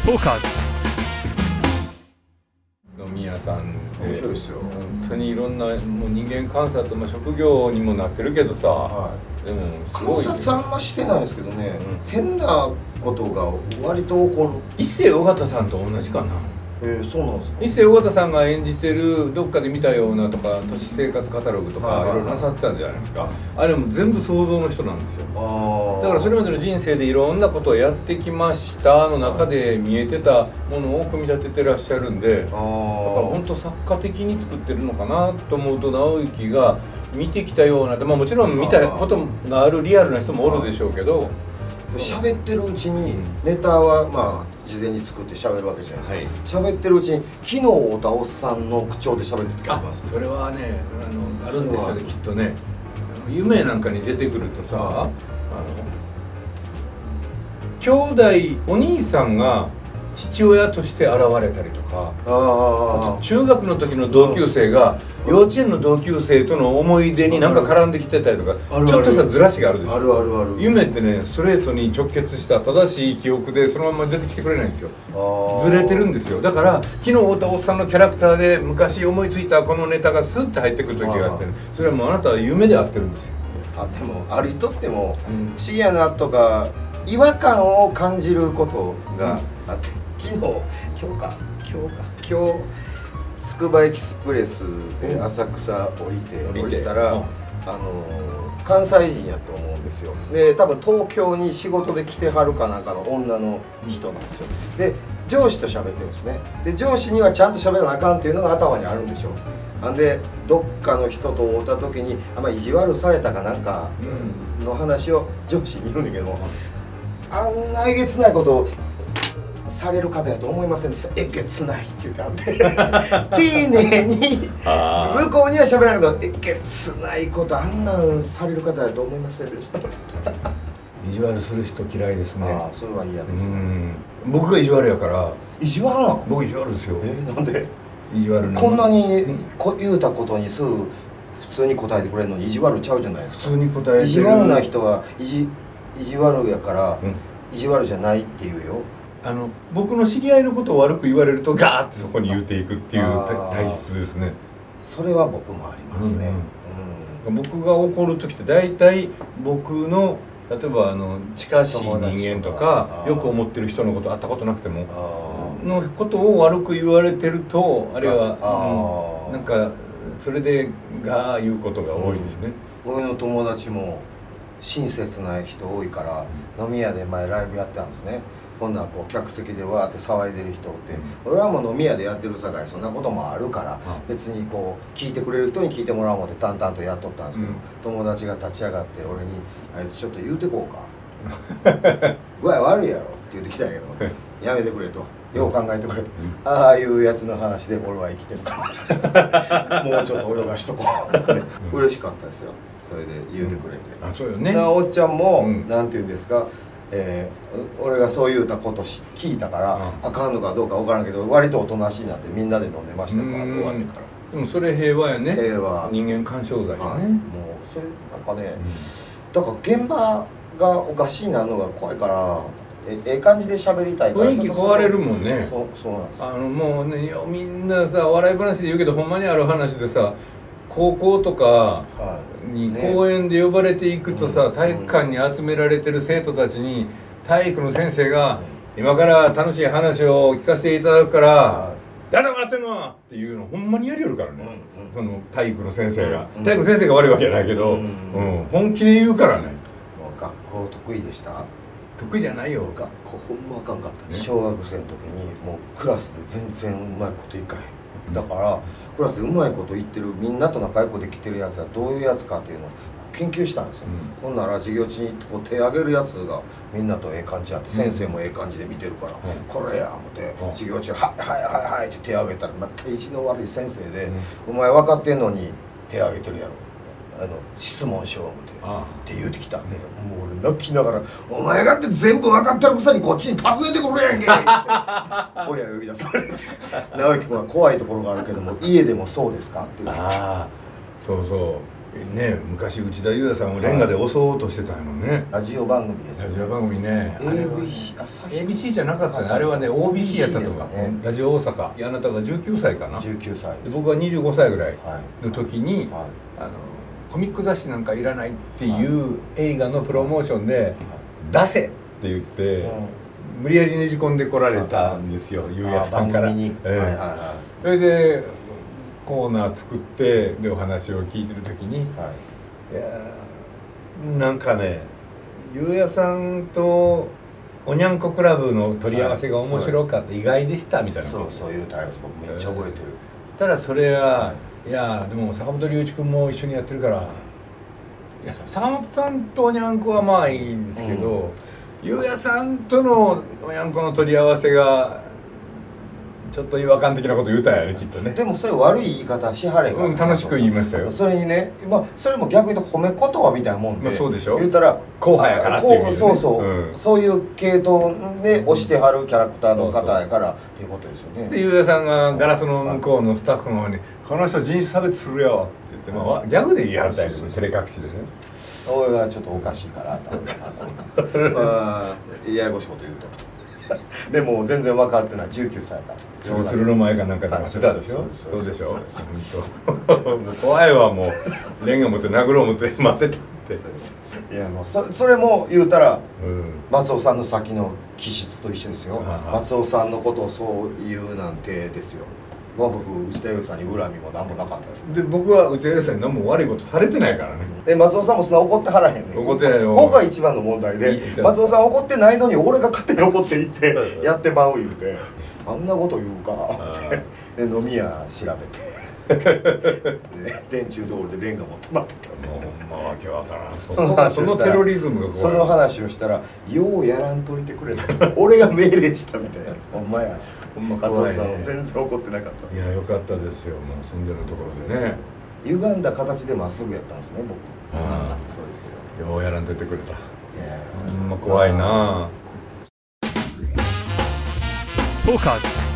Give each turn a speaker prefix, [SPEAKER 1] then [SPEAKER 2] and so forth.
[SPEAKER 1] トーカーズ。
[SPEAKER 2] 飲み屋さんで
[SPEAKER 3] 面白いですよ。
[SPEAKER 2] 本当にいろんなもう人間観察、職業にもなってるけどさ、
[SPEAKER 3] は
[SPEAKER 2] でも
[SPEAKER 3] い、
[SPEAKER 2] すごい
[SPEAKER 3] 観察あんましてないですけどね、
[SPEAKER 2] うん
[SPEAKER 3] 変なことが割と起こる。
[SPEAKER 2] 一世尾形さんと同じかな。
[SPEAKER 3] そうなんですか。
[SPEAKER 2] 一世尾形さんが演じてるどっかで見たようなとか都市生活カタログとか
[SPEAKER 3] はいはい
[SPEAKER 2] いろいろなさってたんじゃないですか。あれも全部想像の人なんですよ。
[SPEAKER 3] あ
[SPEAKER 2] だからそれまでの人生でいろんなことをやってきましたの中で見えてたものを組み立ててらっしゃるんで、だから本当作家的に作ってるのかなと思うと、直之が見てきたような、もちろん見たことがあるリアルな人もおるでしょうけど、
[SPEAKER 3] 喋ってるうちにネタは事前に作って喋るわけじゃないですか、
[SPEAKER 2] はい、
[SPEAKER 3] 喋ってるうちに昨日会ったおっさんの口調で喋ってる時あります。
[SPEAKER 2] それはねあるんですよね、きっとね。夢なんかに出てくるとさ、兄弟お兄さんが父親として現れたりとか、あと中学の時の同級生が幼稚園の同級生との思い出になんか絡んできてたりとか、ちょっとしたずらしがあるでしょ。
[SPEAKER 3] あるあるある。
[SPEAKER 2] 夢ってね、ストレートに直結した正しい記憶でそのまま出てきてくれないんですよ。ずれてるんですよ。だから昨日会ったおっさんのキャラクターで昔思いついたこのネタがスッて入ってくる時があって、それはもうあなたは夢で会ってるんですよ。
[SPEAKER 3] でも歩いとっても不思議やなとか違和感を感じることがあって、今日つくばエキスプレスで浅草降りたら、関西人やと思うんですよ。で多分東京に仕事で来てはるかなんかの女の人なんですよ。で上司と喋ってるんですね。で上司にはちゃんと喋らなあかんっていうのが頭にあるんでしょう。なんでどっかの人と会った時に意地悪されたかなんかの話を上司に言うんだけども、あんなえげつないことをされる方やと思いませんでした。えげつないって言ってあって丁寧に向こうには喋らないけど、えげつないことあんなんされる方やと思いませんでした。
[SPEAKER 2] 意地悪する人嫌いですね。
[SPEAKER 3] それは嫌ですね。
[SPEAKER 2] 僕が意地悪やから。
[SPEAKER 3] 意地悪なの？
[SPEAKER 2] 僕意地悪ですよ。
[SPEAKER 3] なんで？
[SPEAKER 2] 意地悪な。
[SPEAKER 3] こんなに言うたことにすぐ普通に答えてくれるのに意地悪ちゃうじゃないですか。
[SPEAKER 2] 普通に答えてる。
[SPEAKER 3] 意地悪な人は意地悪やから、意地悪じゃないって言うよ。
[SPEAKER 2] 僕の知り合いのことを悪く言われるとガーってそこに言っていくっていう体質ですね。
[SPEAKER 3] それは僕もありますね。
[SPEAKER 2] 僕が怒る時って大体僕の例えば近しい人間とかよく思ってる人のこと会ったことなくてものことを悪く言われてると、あるいはなんかそれでガー言うことが多いですね。
[SPEAKER 3] 僕の友達も親切な人多いから飲み屋で前ライブやってたんですね。ほんなら客席でわーって騒いでる人って、俺はもう飲み屋でやってるさかいそんなこともあるから、別に聞いてくれる人に聞いてもらおう思って淡々とやっとったんですけど、友達が立ち上がって俺に「あいつちょっと言うてこうか具合悪いやろ」って言ってきたんやけど「やめてくれ」と「よう考えてくれ」と「ああいうやつの話で俺は生きてるからもうちょっと泳がしとこう」嬉しかったですよ、それで言うてくれて。
[SPEAKER 2] そうよね。
[SPEAKER 3] おっちゃんもなんて言うんですか、俺がそう言うたこと聞いたからあかんのかどうか分からんけど、割とおとなしいなってみんなで飲んでましたから、終わってから。
[SPEAKER 2] でもそれ平和やね。
[SPEAKER 3] 平和。
[SPEAKER 2] 人間干渉剤やね。
[SPEAKER 3] もうそれなんかね、だから現場がおかしいなのが怖いから、感じで喋りたいから。
[SPEAKER 2] 雰囲気壊れるもんね。
[SPEAKER 3] そうなんですよ。
[SPEAKER 2] もうね、みんなさ笑い話で言うけどほんまにある話でさ、高校とかに公園で呼ばれていくとさ、体育館に集められてる生徒たちに体育の先生が「今から楽しい話を聞かせていただくから誰だ笑ってんの!」っていうのほんまにやりよるからね、その体育の先生が。体育の先生が悪いわけじゃないけど本気で言うからね。
[SPEAKER 3] もう学校得意でした？
[SPEAKER 2] 得意じゃないよ。
[SPEAKER 3] 学校ほんまあかんかったね。小学生の時にもうクラスで全然うまいこといかへん。だからクラスでうまいこと言ってるみんなと仲良くできてるやつはどういうやつかっていうのを研究したんですよ。ほんなら授業中に手挙げるやつがみんなとええ感じやって、先生もええ感じで見てるから「これや」思って授業中「はいはいはいはい」って手挙げたらまた意地の悪い先生で「お前分かってんのに手挙げてるやろ」質問しよう思ってって言うてきたんで、もう俺泣きながら「お前がって全部分かってるくせにこっちに尋ねてくれやんけ」親呼び出されて「直之君は怖いところがあるけども家でもそうですか?」って言うて。
[SPEAKER 2] そうそう。 ね、昔内田裕也さんをレンガで襲おうとしてたんやもんね。
[SPEAKER 3] ラジオ番組ですよね。
[SPEAKER 2] ラジオ番組ね。ABC じゃなかったね。あれはね OBC やったと思う。ラジオ大阪。あなたが19歳かな。
[SPEAKER 3] 19歳です。
[SPEAKER 2] 僕は25歳ぐらいの時に、コミック雑誌なんかいらないっていう映画のプロモーションで出せって言って、無理やりねじ込んでこられたんですよ、裕也さんから。それでコーナー作ってでお話を聞いてる時に、いやなんかね、裕也さんとおにゃんこクラブの取り合わせが面白かった、意外でしたみたいな。
[SPEAKER 3] そういうタイプ僕めっちゃ覚えてる。
[SPEAKER 2] そしたらそれは、いやでも坂本龍一君も一緒にやってるから、いや坂本さんとおにゃんこはまあいいんですけど、裕也さんとのおにゃんこの取り合わせがちょっと違和感的なこと言うたんやね、きっとね。
[SPEAKER 3] でもそういう悪い言い方しはれん
[SPEAKER 2] か、楽しく言いましたよ。
[SPEAKER 3] それにね、それも逆に言うと褒め言葉みたいなもんで、
[SPEAKER 2] そうでしょ。
[SPEAKER 3] 言うたら
[SPEAKER 2] 後輩やからっていう意味でね。
[SPEAKER 3] そういう系統で推してはるキャラクターの方やからっていうことですよね。
[SPEAKER 2] で裕也さんがガラスの向こうのスタッフの方に「この人人種差別するよ」って言って、ギャグで言い張ったりする、照れ隠しでね。
[SPEAKER 3] 俺はちょっとおかしいからややこしいこと言うと。でも全然分かってない19歳から
[SPEAKER 2] ツルツルの前かなんかで待ってたでしょ。そうでしょ。もう怖いわ、もうレンガ持って殴ろう思って待ってたって。
[SPEAKER 3] いやもうそれも言うたら松尾さんの先の気質と一緒ですよ。松尾さんのことをそう言うなんてですよ。僕内田裕也さんに恨みも何もなかったです。
[SPEAKER 2] で僕は内田裕也さんに何も悪いことされてないからね。
[SPEAKER 3] で松尾さんもそんな怒ってはらへんね。
[SPEAKER 2] 怒ってないよ。
[SPEAKER 3] ここが一番の問題で、松尾さん怒ってないのに俺が勝手に怒っていってやってまう言うて、あんなこと言うかって飲み屋調べて電柱通りでレンガ持って待ってた。
[SPEAKER 2] もうほんまわけわからん。そのテロリズムが怖い。
[SPEAKER 3] その話をしたら「ようやらんといてくれた」俺が命令したみたいな。ほんまや。松尾さん全然怒ってなかった。
[SPEAKER 2] いやよかったですよ、もう住んでるところでね。
[SPEAKER 3] 歪んだ形でまっすぐやったんですね、僕。そうですよ。
[SPEAKER 2] ようやらんといてくれた。ほんま怖いな。
[SPEAKER 1] トーカーズ